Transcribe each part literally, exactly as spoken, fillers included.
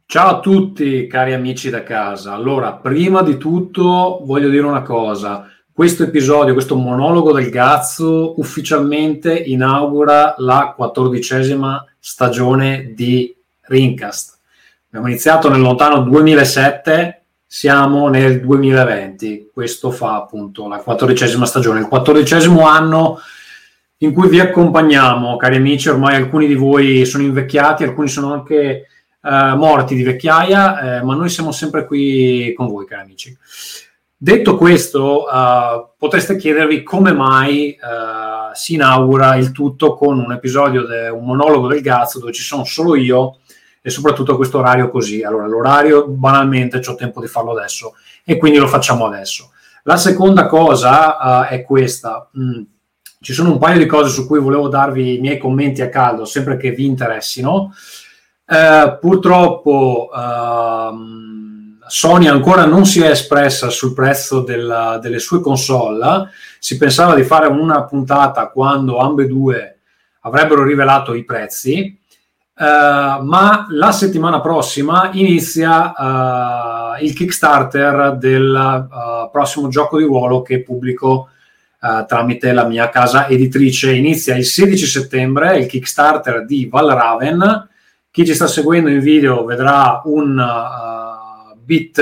Ciao a tutti cari amici da casa. Allora, prima di tutto voglio dire una cosa. Questo episodio, questo monologo del Gazzo ufficialmente inaugura la quattordicesima stagione di Rincast. Abbiamo iniziato nel lontano duemilasette, siamo nel duemilaventi. Questo fa appunto la quattordicesima stagione, il quattordicesimo anno in cui vi accompagniamo, cari amici. Ormai alcuni di voi sono invecchiati, alcuni sono anche Uh, morti di vecchiaia, eh, ma noi siamo sempre qui con voi, cari amici. Detto questo, uh, potreste chiedervi come mai uh, si inaugura il tutto con un episodio, de, un monologo del Gazzo dove ci sono solo io e soprattutto a questo orario così. Allora, l'orario banalmente c'ho tempo di farlo adesso e quindi lo facciamo adesso. La seconda cosa uh, è questa. Mm. Ci sono un paio di cose su cui volevo darvi i miei commenti a caldo, sempre che vi interessino. Uh, purtroppo uh, Sony ancora non si è espressa sul prezzo della, delle sue console. Si pensava di fare una puntata quando ambedue avrebbero rivelato i prezzi, uh, ma la settimana prossima inizia uh, il Kickstarter del uh, prossimo gioco di ruolo che pubblico uh, tramite la mia casa editrice. Inizia il sedici settembre il Kickstarter di Valraven. Chi ci sta seguendo in video vedrà un uh, bit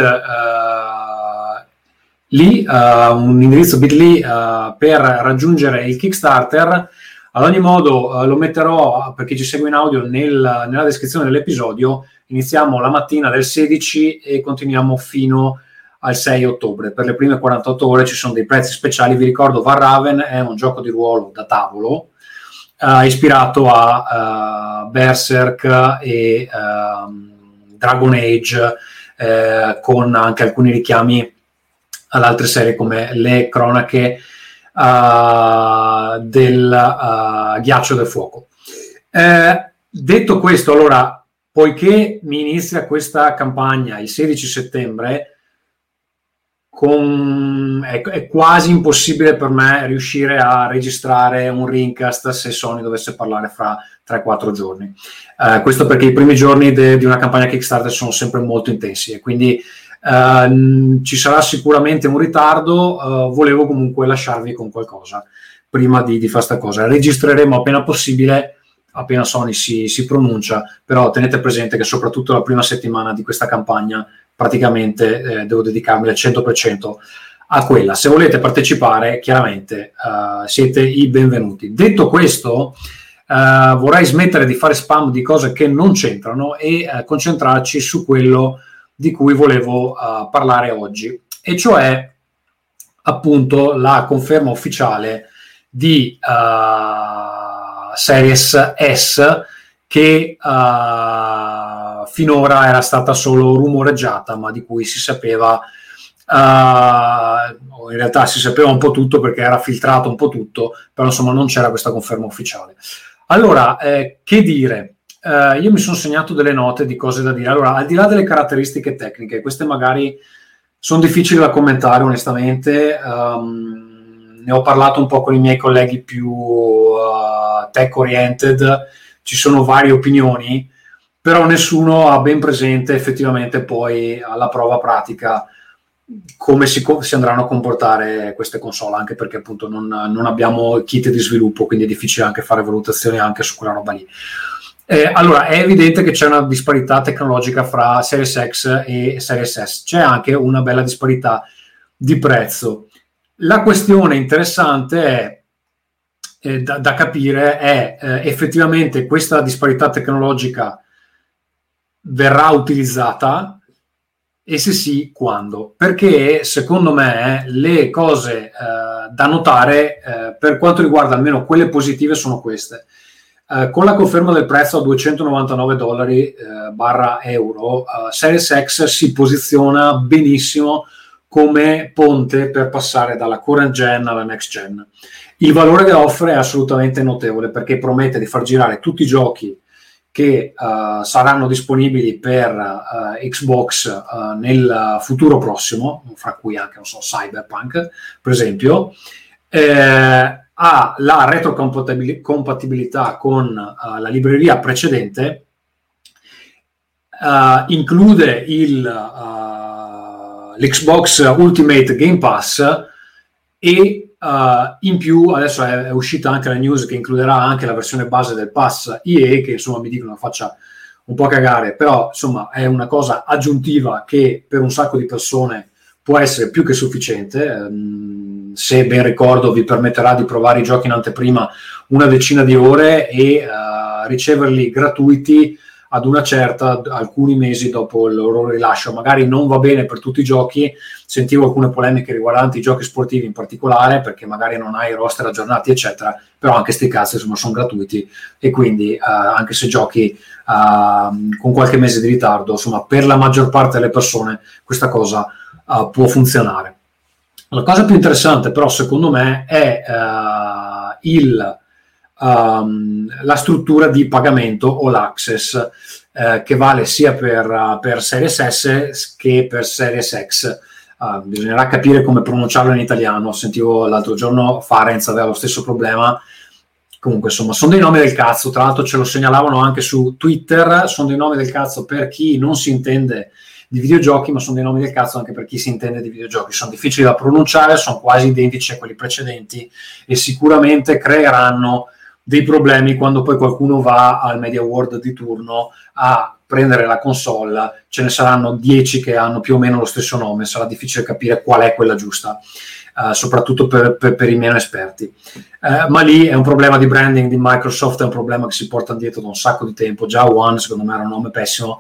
uh, lì, uh, un indirizzo bit.ly uh, per raggiungere il Kickstarter. Ad ogni modo uh, lo metterò, per chi ci segue in audio, nel, nella descrizione dell'episodio. Iniziamo la mattina del sedici e continuiamo fino al sei ottobre. Per le prime quarantotto ore ci sono dei prezzi speciali. Vi ricordo, Valraven è un gioco di ruolo da tavolo Uh, ispirato a uh, Berserk e uh, Dragon Age, uh, con anche alcuni richiami ad altre serie come le cronache uh, del uh, Ghiaccio del Fuoco. Uh, detto questo, allora, poiché mi inizia questa campagna il sedici settembre, Con, è, è quasi impossibile per me riuscire a registrare un Rincast se Sony dovesse parlare fra tre quattro giorni. Uh, questo perché i primi giorni de, di una campagna Kickstarter sono sempre molto intensi e quindi uh, ci sarà sicuramente un ritardo. Uh, volevo comunque lasciarvi con qualcosa prima di, di fare sta cosa. Registreremo appena possibile, appena Sony si, si pronuncia, però tenete presente che soprattutto la prima settimana di questa campagna praticamente eh, devo dedicarmi al cento per cento a quella. Se volete partecipare, chiaramente uh, siete i benvenuti. Detto questo, uh, vorrei smettere di fare spam di cose che non c'entrano e uh, concentrarci su quello di cui volevo uh, parlare oggi, e cioè appunto la conferma ufficiale di uh, Series S, che uh, finora era stata solo rumoreggiata, ma di cui si sapeva, uh, in realtà si sapeva un po' tutto perché era filtrato un po' tutto, però insomma non c'era questa conferma ufficiale. Allora, eh, che dire? Uh, io mi sono segnato delle note di cose da dire. Allora, al di là delle caratteristiche tecniche, queste magari sono difficili da commentare onestamente. Um, ne ho parlato un po' con i miei colleghi più uh, tech oriented. Ci sono varie opinioni, però nessuno ha ben presente effettivamente poi alla prova pratica come si, si andranno a comportare queste console, anche perché appunto non, non abbiamo kit di sviluppo, quindi è difficile anche fare valutazioni anche su quella roba lì. Eh, allora, è evidente che c'è una disparità tecnologica fra Series X e Series S, c'è anche una bella disparità di prezzo. La questione interessante è Eh, da, da capire è eh, effettivamente questa disparità tecnologica verrà utilizzata, e se sì, quando? Perché secondo me le cose eh, da notare eh, per quanto riguarda almeno quelle positive sono queste. Eh, con la conferma del prezzo a duecentonovantanove dollari eh, barra euro, eh, Series X si posiziona benissimo come ponte per passare dalla current gen alla next gen. Il valore che offre è assolutamente notevole, perché promette di far girare tutti i giochi che uh, saranno disponibili per uh, Xbox uh, nel futuro prossimo, fra cui anche, non so, Cyberpunk, per esempio. Eh, ha la retrocompatibilità con uh, la libreria precedente. uh, include il, uh, l'Xbox Ultimate Game Pass e uh, in più adesso è, è uscita anche la news che includerà anche la versione base del pass E A, che insomma mi dicono faccia un po' cagare, però insomma è una cosa aggiuntiva che per un sacco di persone può essere più che sufficiente. Um, se ben ricordo vi permetterà di provare i giochi in anteprima una decina di ore e uh, riceverli gratuiti ad una certa, alcuni mesi dopo il loro rilascio. Magari non va bene per tutti i giochi, sentivo alcune polemiche riguardanti i giochi sportivi in particolare, perché magari non hai roster aggiornati eccetera, però anche sti cazzi insomma sono gratuiti e quindi uh, anche se giochi uh, con qualche mese di ritardo, insomma per la maggior parte delle persone questa cosa uh, può funzionare. La cosa più interessante però secondo me è uh, il Um, la struttura di pagamento o l'access eh, che vale sia per, uh, per Series S che per Series X. Uh, bisognerà capire come pronunciarlo in italiano. Sentivo l'altro giorno Farenz aveva lo stesso problema. Comunque insomma sono dei nomi del cazzo, tra l'altro ce lo segnalavano anche su Twitter, sono dei nomi del cazzo per chi non si intende di videogiochi, ma sono dei nomi del cazzo anche per chi si intende di videogiochi. Sono difficili da pronunciare, sono quasi identici a quelli precedenti e sicuramente creeranno dei problemi quando poi qualcuno va al Media World di turno a prendere la console. Ce ne saranno dieci che hanno più o meno lo stesso nome, sarà difficile capire qual è quella giusta, uh, soprattutto per, per, per i meno esperti. Uh, ma lì è un problema di branding di Microsoft, è un problema che si porta dietro da un sacco di tempo. Già One secondo me era un nome pessimo,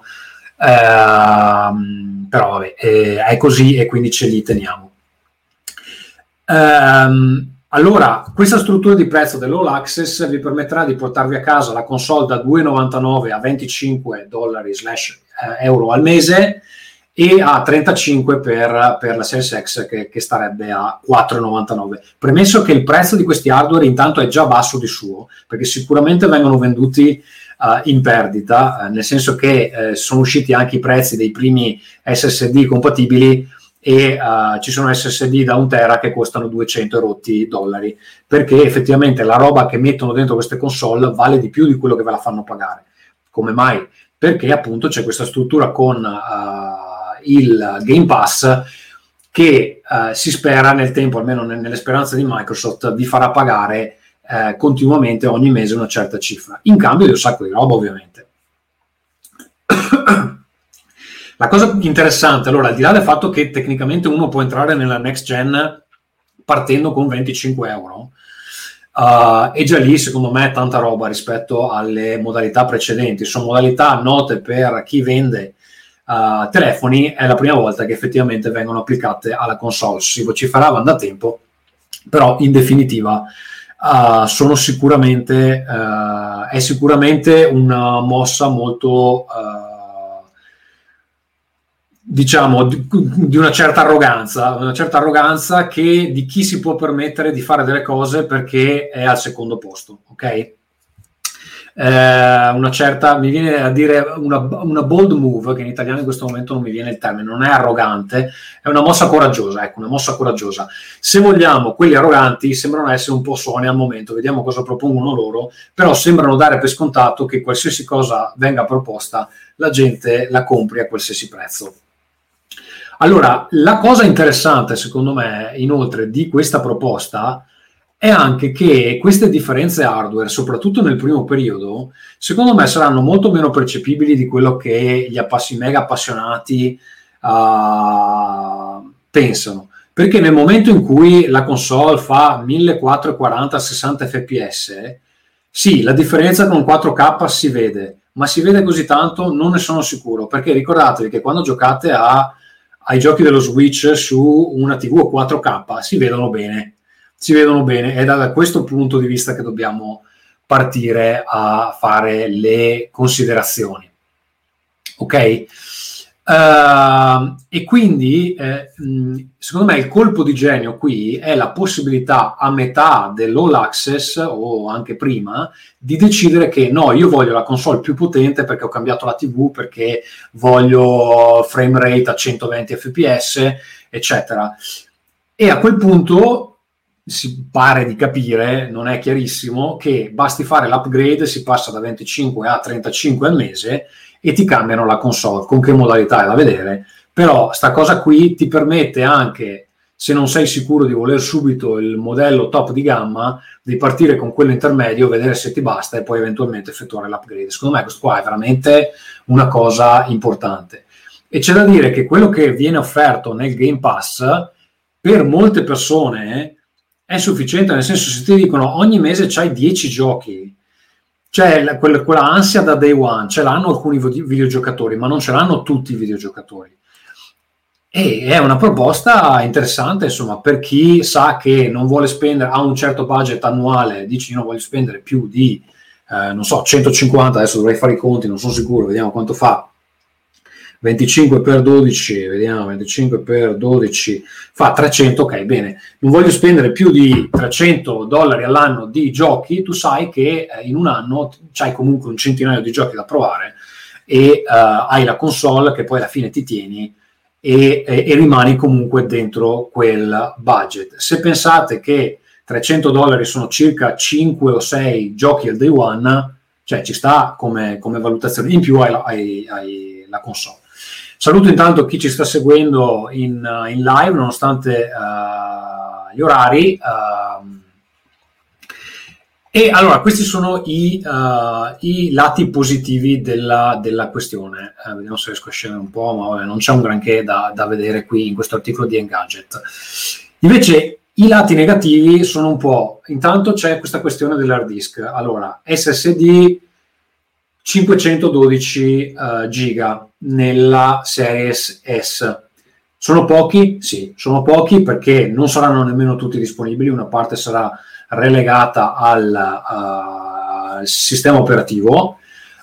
uh, però vabbè, è, è così e quindi ce li teniamo. Um, Allora, questa struttura di prezzo dell'All Access vi permetterà di portarvi a casa la console da due virgola novantanove a venticinque dollari slash euro al mese e a trentacinque per, per la Series X che, che starebbe a quattro virgola novantanove. Premesso che il prezzo di questi hardware intanto è già basso di suo, perché sicuramente vengono venduti uh, in perdita, uh, nel senso che uh, sono usciti anche i prezzi dei primi S S D compatibili e uh, ci sono S S D da un tera che costano duecento rotti dollari, perché effettivamente la roba che mettono dentro queste console vale di più di quello che ve la fanno pagare. Come mai? Perché appunto c'è questa struttura con uh, il Game Pass che uh, si spera nel tempo, almeno nelle speranze di Microsoft, vi farà pagare uh, continuamente ogni mese una certa cifra, in cambio di un sacco di roba ovviamente. La cosa interessante, allora, al di là del fatto che tecnicamente uno può entrare nella next gen partendo con venticinque euro, uh, e già lì secondo me è tanta roba rispetto alle modalità precedenti. Sono modalità note per chi vende uh, telefoni, è la prima volta che effettivamente vengono applicate alla console. Si vociferavano da tempo, però in definitiva uh, sono sicuramente, uh, è sicuramente una mossa molto... Uh, diciamo di, di una certa arroganza, una certa arroganza che di chi si può permettere di fare delle cose perché è al secondo posto, ok? Eh, una certa, mi viene a dire una, una bold move, che in italiano in questo momento non mi viene il termine, non è arrogante, è una mossa coraggiosa, ecco, una mossa coraggiosa. Se vogliamo, quelli arroganti sembrano essere un po' suoni al momento, vediamo cosa propongono loro, però sembrano dare per scontato che qualsiasi cosa venga proposta, la gente la compri a qualsiasi prezzo. Allora, la cosa interessante secondo me inoltre di questa proposta è anche che queste differenze hardware, soprattutto nel primo periodo, secondo me saranno molto meno percepibili di quello che gli appassi, mega appassionati uh, pensano, perché nel momento in cui la console fa millequattrocentoquaranta a sessanta F P S, sì, la differenza con quattro K si vede, ma si vede così tanto? Non ne sono sicuro, perché ricordatevi che quando giocate a ai giochi dello Switch su una tivù quattro K si vedono bene, si vedono bene, ed è da questo punto di vista che dobbiamo partire a fare le considerazioni, ok? Uh, e quindi eh, secondo me il colpo di genio qui è la possibilità a metà dell'All Access o anche prima di decidere che no, io voglio la console più potente perché ho cambiato la tivù, perché voglio frame rate a centoventi F P S eccetera, e a quel punto si pare di capire, non è chiarissimo, che basti fare l'upgrade, si passa da venticinque a trentacinque al mese e ti cambiano la console. Con che modalità è da vedere, però sta cosa qui ti permette anche, se non sei sicuro di voler subito il modello top di gamma, di partire con quello intermedio, vedere se ti basta e poi eventualmente effettuare l'upgrade. Secondo me questo qua è veramente una cosa importante. E c'è da dire che quello che viene offerto nel Game Pass per molte persone è sufficiente, nel senso, se ti dicono ogni mese c'hai dieci giochi, cioè quella, quella ansia da day one ce l'hanno alcuni videogiocatori, ma non ce l'hanno tutti i videogiocatori. E è una proposta interessante, insomma, per chi sa che non vuole spendere, ha un certo budget annuale, dici io non voglio spendere più di, eh, non so, centocinquanta, adesso dovrei fare i conti, non sono sicuro, vediamo quanto fa, venticinque per dodici, vediamo, venticinque per dodici, fa trecento, ok, bene, non voglio spendere più di trecento dollari all'anno di giochi, tu sai che eh, in un anno c'hai comunque un centinaio di giochi da provare e uh, hai la console che poi alla fine ti tieni E, e, e rimani comunque dentro quel budget. Se pensate che trecento dollari sono circa cinque o sei giochi al day one, cioè ci sta come, come valutazione, in più hai, hai, hai la console. Saluto intanto chi ci sta seguendo in, in live nonostante uh, gli orari. Uh, E allora, questi sono i, uh, i lati positivi della, della questione. Eh, vediamo se riesco a scendere un po', ma vabbè, non c'è un granché da, da vedere qui in questo articolo di Engadget. Invece, i lati negativi sono un po'... Intanto c'è questa questione dell'hard disk. Allora, S S D cinquecentododici uh, giga nella Series S. Sono pochi? Sì, sono pochi perché non saranno nemmeno tutti disponibili. Una parte sarà relegata al, uh, al sistema operativo.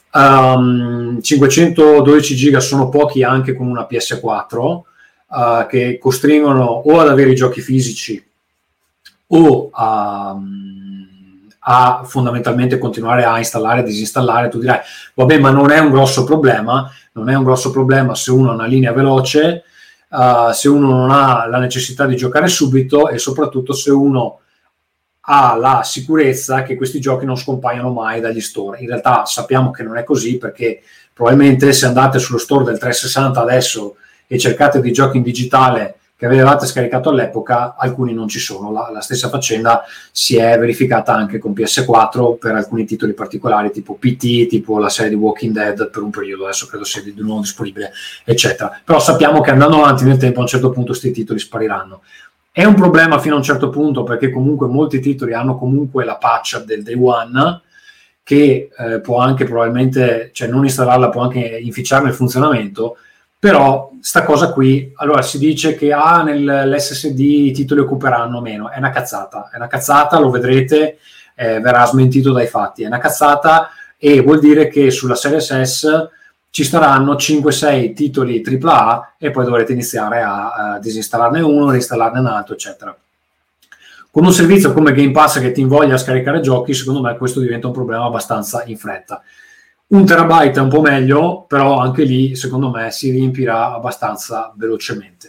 um, cinquecentododici giga sono pochi anche con una P S quattro, uh, che costringono o ad avere i giochi fisici o a, a fondamentalmente continuare a installare e disinstallare. Tu dirai, vabbè, ma non è un grosso problema, non è un grosso problema se uno ha una linea veloce, uh, se uno non ha la necessità di giocare subito e soprattutto se uno ha la sicurezza che questi giochi non scompaiono mai dagli store. In realtà sappiamo che non è così, perché probabilmente se andate sullo store del trecentosessanta adesso e cercate dei giochi in digitale che avevate scaricato all'epoca, alcuni non ci sono. La, la stessa faccenda si è verificata anche con P S quattro per alcuni titoli particolari, tipo P T, tipo la serie di Walking Dead per un periodo, adesso credo sia di nuovo disponibile, eccetera. Però sappiamo che andando avanti nel tempo a un certo punto questi titoli spariranno. È un problema fino a un certo punto, perché comunque molti titoli hanno comunque la patch del day one, che eh, può anche probabilmente, cioè non installarla può anche inficiarne il funzionamento, però sta cosa qui, allora si dice che ah, nell'S S D i titoli occuperanno meno, è una cazzata, è una cazzata, lo vedrete, eh, verrà smentito dai fatti, è una cazzata e vuol dire che sulla Series S ci staranno cinque sei titoli tripla A e poi dovrete iniziare a, a disinstallarne uno, reinstallarne un altro, eccetera. Con un servizio come Game Pass che ti invoglia a scaricare giochi, secondo me questo diventa un problema abbastanza in fretta. Un terabyte è un po' meglio, però anche lì, secondo me, si riempirà abbastanza velocemente.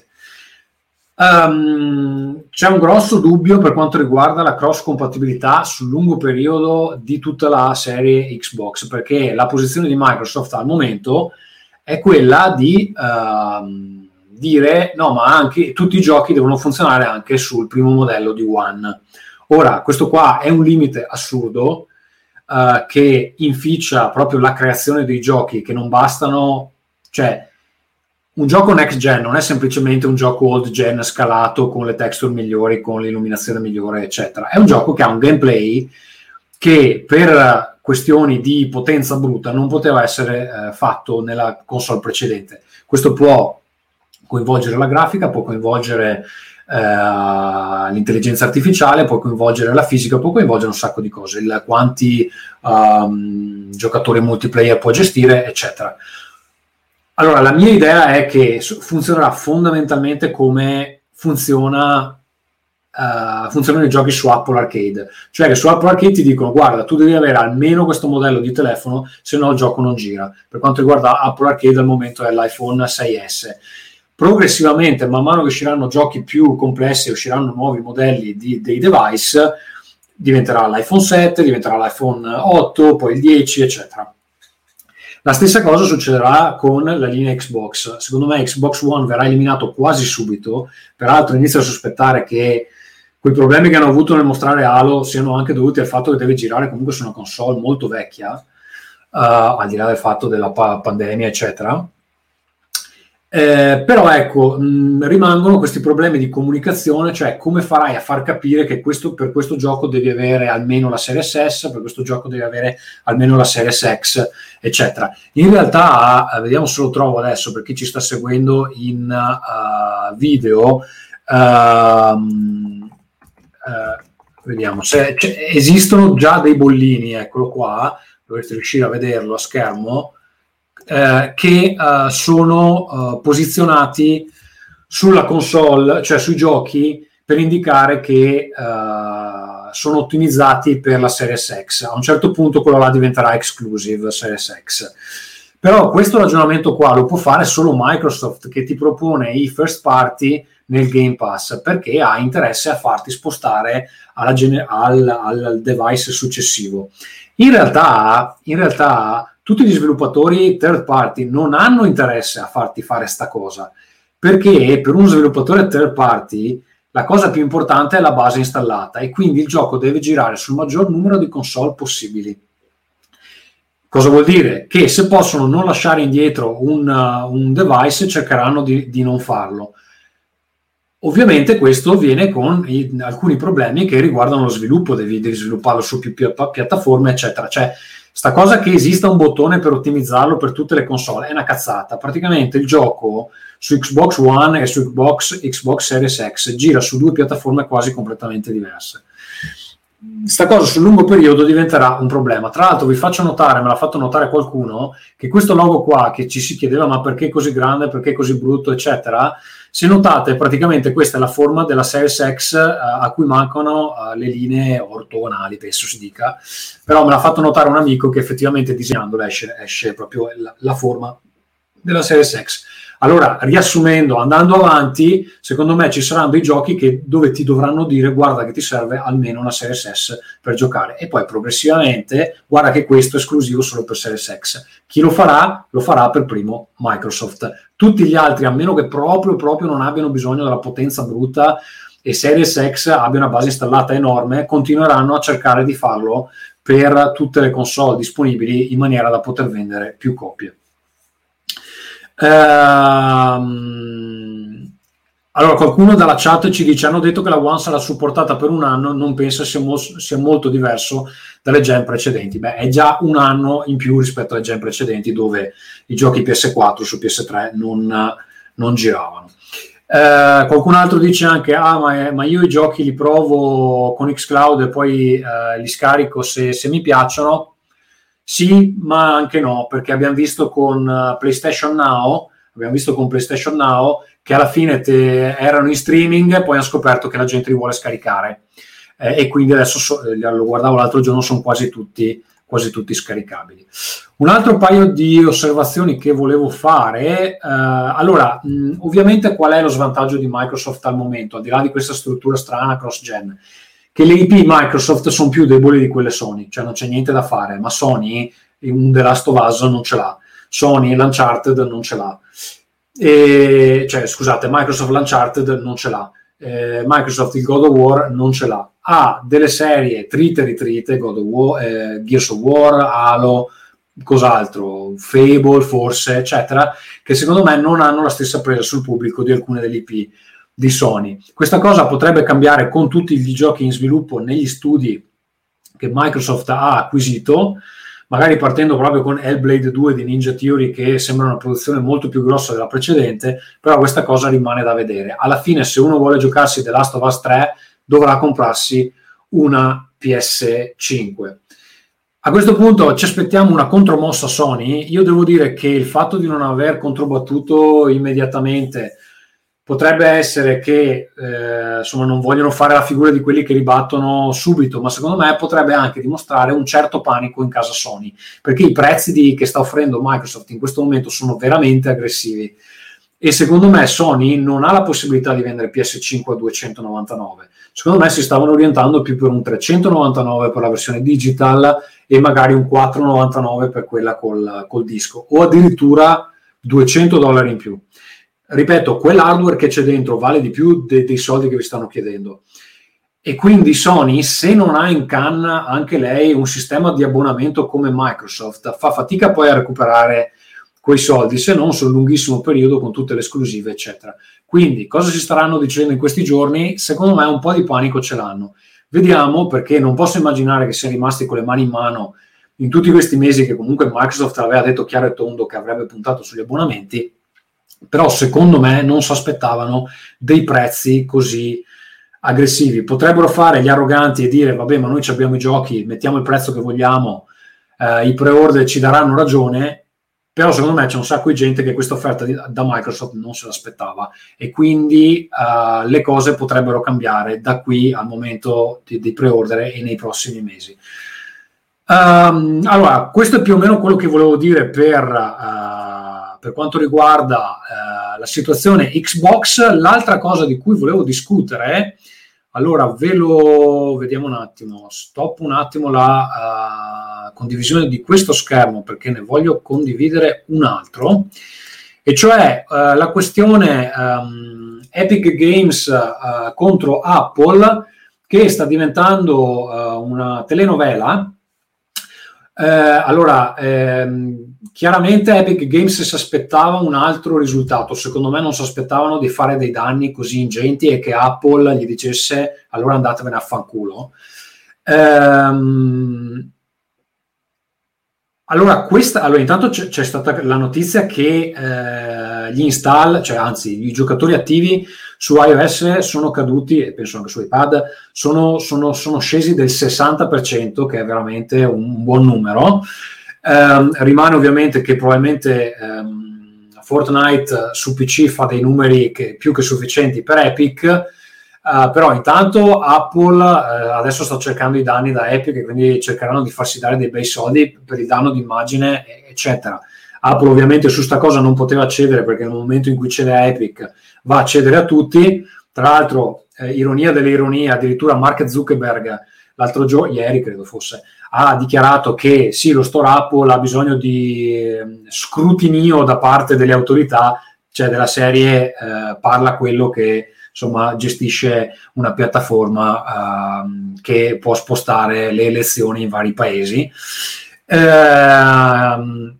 Um, c'è un grosso dubbio per quanto riguarda la cross compatibilità sul lungo periodo di tutta la serie Xbox, perché la posizione di Microsoft al momento è quella di uh, dire no, ma anche tutti i giochi devono funzionare anche sul primo modello di One. Ora, questo qua è un limite assurdo uh, che inficia proprio la creazione dei giochi, che non bastano, cioè un gioco next gen non è semplicemente un gioco old gen scalato con le texture migliori, con l'illuminazione migliore, eccetera. È un gioco che ha un gameplay che per questioni di potenza bruta non poteva essere eh, fatto nella console precedente. Questo può coinvolgere la grafica, può coinvolgere eh, l'intelligenza artificiale, può coinvolgere la fisica, può coinvolgere un sacco di cose, il, quanti um, giocatori multiplayer può gestire, eccetera. Allora, la mia idea è che funzionerà fondamentalmente come funziona, uh, funzionano i giochi su Apple Arcade. Cioè che su Apple Arcade ti dicono, guarda, tu devi avere almeno questo modello di telefono, se no il gioco non gira. Per quanto riguarda Apple Arcade, al momento è l'iPhone sei S. Progressivamente, man mano che usciranno giochi più complessi, usciranno nuovi modelli di, dei device, diventerà l'iPhone sette, diventerà l'iPhone otto, poi il dieci, eccetera. La stessa cosa succederà con la linea Xbox. Secondo me Xbox One verrà eliminato quasi subito, peraltro inizio a sospettare che quei problemi che hanno avuto nel mostrare Halo siano anche dovuti al fatto che deve girare comunque su una console molto vecchia, uh, al di là del fatto della pa- pandemia, eccetera. Eh, però ecco, mh, rimangono questi problemi di comunicazione, cioè come farai a far capire che questo, per questo gioco devi avere almeno la Series S, per questo gioco devi avere almeno la Series X, eccetera. In realtà, eh, vediamo se lo trovo adesso per chi ci sta seguendo in uh, video, uh, uh, vediamo, se, cioè, esistono già dei bollini, eccolo qua, dovreste riuscire a vederlo a schermo, Eh, che uh, sono uh, posizionati sulla console, cioè sui giochi, per indicare che uh, sono ottimizzati per la Series X. A un certo punto quello là diventerà exclusive Series X. Però questo ragionamento qua lo può fare solo Microsoft, che ti propone i first party nel Game Pass, perché ha interesse a farti spostare alla gene- al, al device successivo. In realtà, in realtà tutti gli sviluppatori third party non hanno interesse a farti fare sta cosa, perché per uno sviluppatore third party la cosa più importante è la base installata e quindi il gioco deve girare sul maggior numero di console possibili. Cosa vuol dire? Che se possono non lasciare indietro un, uh, un device, cercheranno di, di non farlo. Ovviamente questo viene con i, alcuni problemi che riguardano lo sviluppo, devi, devi svilupparlo su più pi- piattaforme, eccetera. Cioè, sta cosa che esista un bottone per ottimizzarlo per tutte le console è una cazzata. Praticamente il gioco su Xbox One e su Xbox, Xbox Series X gira su due piattaforme quasi completamente diverse. Sta cosa sul lungo periodo diventerà un problema. Tra l'altro vi faccio notare, me l'ha fatto notare qualcuno, che questo logo qua che ci si chiedeva ma perché così grande, perché così brutto, eccetera, se notate praticamente questa è la forma della Series X uh, a cui mancano uh, le linee ortogonali, penso si dica, però me l'ha fatto notare un amico che effettivamente disegnandola esce, esce proprio la, la forma della Series X. Allora, riassumendo, andando avanti, secondo me ci saranno dei giochi che, dove ti dovranno dire guarda che ti serve almeno una Series S per giocare e poi progressivamente guarda che questo è esclusivo solo per Series X. Chi lo farà? Lo farà per primo Microsoft. Tutti gli altri, a meno che proprio, proprio non abbiano bisogno della potenza bruta e Series X abbia una base installata enorme, continueranno a cercare di farlo per tutte le console disponibili in maniera da poter vendere più copie. Ehm, allora qualcuno dalla chat ci dice hanno detto che la One sarà supportata per un anno, non penso sia, mo- sia molto diverso dalle gen precedenti. Beh, è già un anno in più rispetto alle gen precedenti dove i giochi P S quattro su P S tre non, non giravano. Eh, qualcun altro dice anche ah ma, ma io i giochi li provo con xCloud e poi eh, li scarico se, se mi piacciono. Sì, ma anche no, perché abbiamo visto con uh, PlayStation Now, abbiamo visto con PlayStation Now che alla fine te, erano in streaming e poi hanno scoperto che la gente li vuole scaricare eh, e quindi adesso so, lo guardavo l'altro giorno, sono quasi tutti, quasi tutti scaricabili. Un altro paio di osservazioni che volevo fare, eh, allora mh, ovviamente qual è lo svantaggio di Microsoft al momento, al di là di questa struttura strana cross-gen? Che le I P Microsoft sono più deboli di quelle Sony, cioè non c'è niente da fare, ma Sony un The Last of Us non ce l'ha, Sony l'Uncharted non ce l'ha, e, cioè scusate, Microsoft l'Uncharted non ce l'ha, eh, Microsoft il God of War non ce l'ha, ha delle serie trite e ritrite, God of War, eh, Gears of War, Halo, cos'altro, Fable forse, eccetera, che secondo me non hanno la stessa presa sul pubblico di alcune delle I P di Sony. Questa cosa potrebbe cambiare con tutti gli giochi in sviluppo negli studi che Microsoft ha acquisito, magari partendo proprio con Hellblade due di Ninja Theory, che sembra una produzione molto più grossa della precedente, però questa cosa rimane da vedere. Alla fine, se uno vuole giocarsi The Last of Us tre, dovrà comprarsi una P S cinque. A questo punto ci aspettiamo una contromossa Sony. Io devo dire che il fatto di non aver controbattuto immediatamente potrebbe essere che eh, insomma non vogliono fare la figura di quelli che ribattono subito, ma secondo me potrebbe anche dimostrare un certo panico in casa Sony, perché i prezzi di, che sta offrendo Microsoft in questo momento sono veramente aggressivi e secondo me Sony non ha la possibilità di vendere P S cinque a duecentonovantanove. Secondo me si stavano orientando più per un trecentonovantanove per la versione digital e magari un quattrocentonovantanove per quella col, col disco, o addirittura duecento dollari in più. Ripeto, quell'hardware che c'è dentro vale di più de- dei soldi che vi stanno chiedendo. E quindi Sony, se non ha in canna anche lei un sistema di abbonamento come Microsoft, fa fatica poi a recuperare quei soldi, se non sul lunghissimo periodo con tutte le esclusive, eccetera. Quindi, cosa si staranno dicendo in questi giorni? Secondo me un po' di panico ce l'hanno. Vediamo, perché non posso immaginare che siano rimasti con le mani in mano in tutti questi mesi che comunque Microsoft aveva detto chiaro e tondo che avrebbe puntato sugli abbonamenti, però secondo me non si aspettavano dei prezzi così aggressivi. Potrebbero fare gli arroganti e dire vabbè, ma noi abbiamo i giochi, mettiamo il prezzo che vogliamo, eh, i pre-order ci daranno ragione, però secondo me c'è un sacco di gente che questa offerta di, da Microsoft non se l'aspettava, e quindi uh, le cose potrebbero cambiare da qui al momento di, di pre-order e nei prossimi mesi. Um, allora, questo è più o meno quello che volevo dire per, uh, per quanto riguarda uh, la situazione Xbox. L'altra cosa di cui volevo discutere, allora ve lo vediamo un attimo, stop un attimo la uh, condivisione di questo schermo perché ne voglio condividere un altro, e cioè uh, la questione um, Epic Games uh, contro Apple, che sta diventando uh, una telenovela. Eh, allora, ehm, chiaramente Epic Games si aspettava un altro risultato. Secondo me non si aspettavano di fare dei danni così ingenti e che Apple gli dicesse allora andatevene a fanculo. Ehm, allora, questa, allora, intanto c'è, c'è stata la notizia che eh, gli install, cioè anzi, i giocatori attivi su iOS sono caduti, e penso anche su iPad, sono, sono, sono scesi del sessanta per cento, che è veramente un buon numero. Eh, rimane ovviamente che probabilmente ehm, Fortnite su P C fa dei numeri che, più che sufficienti per Epic, eh, però intanto Apple eh, adesso sta cercando i danni da Epic, e quindi cercheranno di farsi dare dei bei soldi per il danno di immagine, eccetera. Apple ovviamente su sta cosa non poteva cedere, perché nel momento in cui cede a Epic va a cedere a tutti. Tra l'altro, eh, ironia delle ironie, addirittura Mark Zuckerberg l'altro giorno, ieri credo fosse, ha dichiarato che sì, lo store Apple ha bisogno di eh, scrutinio da parte delle autorità, cioè della serie eh, parla quello che insomma gestisce una piattaforma eh, che può spostare le elezioni in vari paesi. Ehm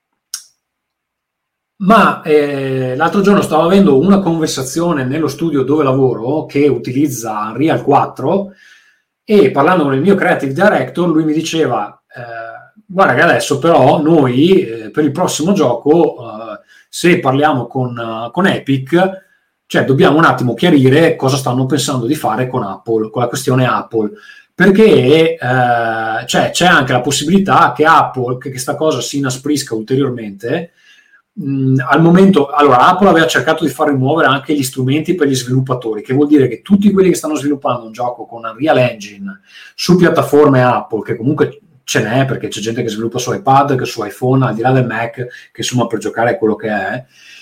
Ma eh, l'altro giorno stavo avendo una conversazione nello studio dove lavoro che utilizza Unreal quattro, e parlando con il mio creative director lui mi diceva eh, guarda che adesso però noi eh, per il prossimo gioco eh, se parliamo con, uh, con Epic, cioè dobbiamo un attimo chiarire cosa stanno pensando di fare con Apple, con la questione Apple, perché eh, cioè, c'è anche la possibilità che Apple, che questa cosa si inasprisca ulteriormente. Mm, al momento, allora Apple aveva cercato di far rimuovere anche gli strumenti per gli sviluppatori, che vuol dire che tutti quelli che stanno sviluppando un gioco con Unreal Engine su piattaforme Apple, che comunque ce n'è perché c'è gente che sviluppa su iPad, che su iPhone, al di là del Mac, che insomma per giocare è quello che è,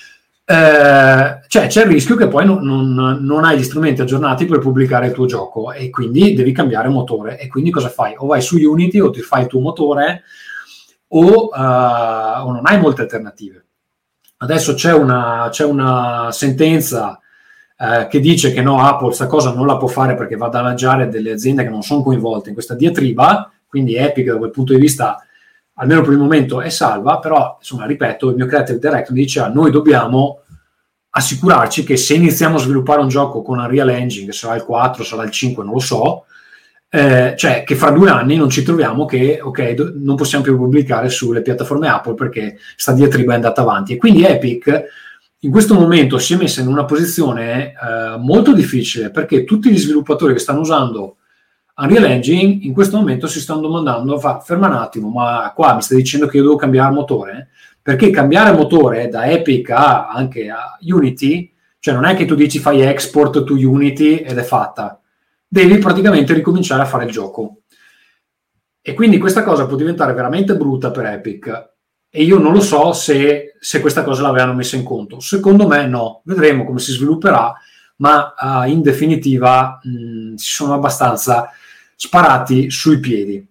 eh, cioè c'è il rischio che poi non, non, non hai gli strumenti aggiornati per pubblicare il tuo gioco, e quindi devi cambiare motore, e quindi cosa fai? O vai su Unity o ti fai il tuo motore, o, uh, o non hai molte alternative. Adesso c'è una, c'è una sentenza eh, che dice che no, Apple questa cosa non la può fare perché va a danneggiare delle aziende che non sono coinvolte in questa diatriba, quindi Epic da quel punto di vista, almeno per il momento, è salva. Però, insomma, ripeto, il mio creative director mi diceva noi dobbiamo assicurarci che se iniziamo a sviluppare un gioco con Unreal Engine, che sarà il quattro, sarà il cinque, non lo so, Eh, cioè che fra due anni non ci troviamo che ok, do- non possiamo più pubblicare sulle piattaforme Apple perché sta diatriba è andata avanti. E quindi Epic in questo momento si è messa in una posizione eh, molto difficile, perché tutti gli sviluppatori che stanno usando Unreal Engine in questo momento si stanno domandando fa, ferma un attimo, ma qua mi stai dicendo che io devo cambiare motore? Perché cambiare motore da Epic a, anche a Unity, cioè non è che tu dici fai export to Unity ed è fatta, devi praticamente ricominciare a fare il gioco. E quindi questa cosa può diventare veramente brutta per Epic, e io non lo so se, se questa cosa l'avevano messa in conto. Secondo me no, vedremo come si svilupperà, ma uh, in definitiva mh, si sono abbastanza sparati sui piedi.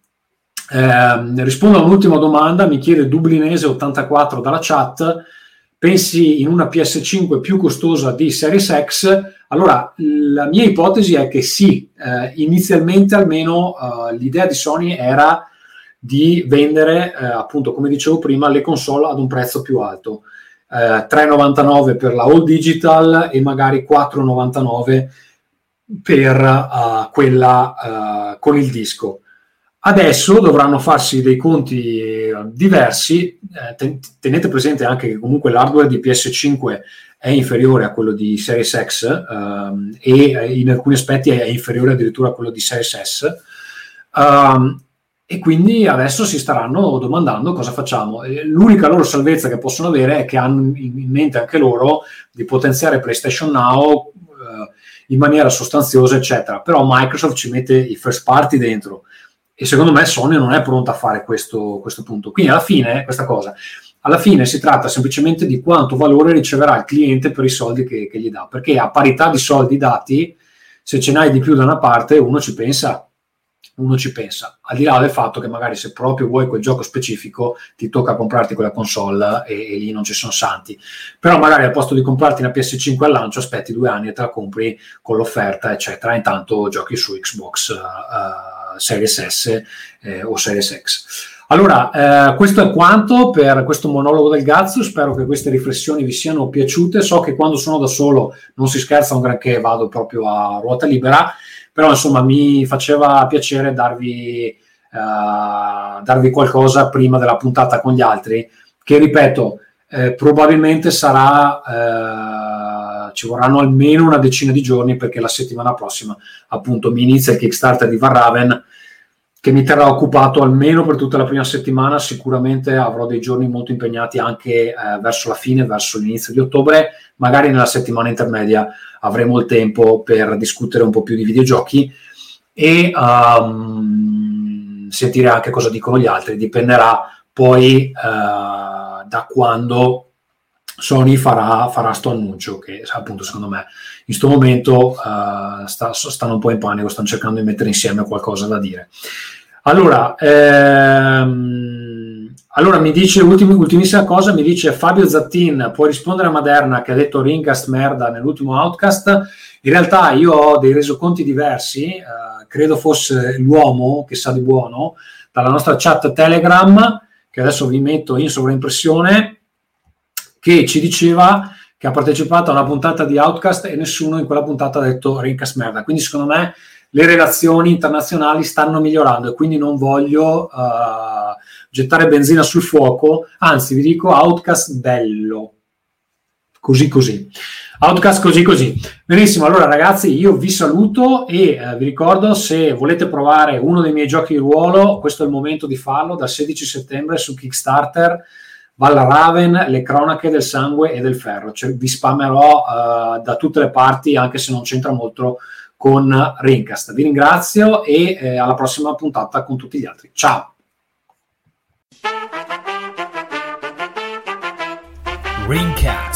Eh, rispondo a un'ultima domanda, mi chiede Dublinese ottantaquattro dalla chat: pensi in una P S cinque più costosa di Series X? Allora, la mia ipotesi è che sì, eh, inizialmente almeno eh, l'idea di Sony era di vendere, eh, appunto, come dicevo prima, le console ad un prezzo più alto, eh, tre virgola novantanove per la all digital e magari quattro virgola novantanove per uh, quella uh, con il disco. Adesso dovranno farsi dei conti diversi, eh, ten- tenete presente anche che comunque l'hardware di P S cinque è inferiore a quello di Series X um, e in alcuni aspetti è inferiore addirittura a quello di Series S, um, e quindi adesso si staranno domandando cosa facciamo. L'unica loro salvezza che possono avere è che hanno in mente anche loro di potenziare PlayStation Now uh, in maniera sostanziosa, eccetera, però Microsoft ci mette i first party dentro, e secondo me Sony non è pronta a fare questo, questo punto. Quindi alla fine, questa cosa, alla fine si tratta semplicemente di quanto valore riceverà il cliente per i soldi che, che gli dà, perché a parità di soldi dati, se ce n'hai di più da una parte, uno ci pensa, uno ci pensa, al di là del fatto che magari se proprio vuoi quel gioco specifico ti tocca comprarti quella console e, e lì non ci sono santi, però magari al posto di comprarti una P S cinque al lancio aspetti due anni e te la compri con l'offerta, eccetera, intanto giochi su Xbox uh, uh, Series S eh, o Series X. Allora, eh, questo è quanto per questo monologo del Gazzo. Spero che queste riflessioni vi siano piaciute. So che quando sono da solo non si scherza un granché, vado proprio a ruota libera, però insomma mi faceva piacere darvi, uh, darvi qualcosa prima della puntata con gli altri, che ripeto, eh, probabilmente sarà, eh, ci vorranno almeno una decina di giorni, perché la settimana prossima appunto mi inizia il Kickstarter di Varraven, che mi terrà occupato almeno per tutta la prima settimana. Sicuramente avrò dei giorni molto impegnati anche eh, verso la fine, verso l'inizio di ottobre. Magari nella settimana intermedia avremo il tempo per discutere un po' più di videogiochi e um, sentire anche cosa dicono gli altri. Dipenderà poi uh, da quando Sony farà, farà sto annuncio, che appunto secondo me in questo momento uh, sta, stanno un po' in panico, stanno cercando di mettere insieme qualcosa da dire. Allora, ehm, allora mi dice, ultim, ultimissima cosa, mi dice Fabio Zattin: puoi rispondere a Maderna che ha detto Rincast merda nell'ultimo Outcast? In realtà io ho dei resoconti diversi, eh, credo fosse l'uomo che sa di buono, dalla nostra chat Telegram, che adesso vi metto in sovraimpressione, che ci diceva che ha partecipato a una puntata di Outcast e nessuno in quella puntata ha detto Rincast merda. Quindi secondo me le relazioni internazionali stanno migliorando e quindi non voglio uh, gettare benzina sul fuoco, anzi vi dico Outcast bello, così così, Outcast così così. Benissimo, allora ragazzi io vi saluto e uh, vi ricordo, se volete provare uno dei miei giochi di ruolo, questo è il momento di farlo, dal sedici settembre su Kickstarter, Valraven, le cronache del sangue e del ferro. Cioè, vi spammerò uh, da tutte le parti, anche se non c'entra molto con Rincast. Vi ringrazio e eh, alla prossima puntata con tutti gli altri. Ciao! Rincast.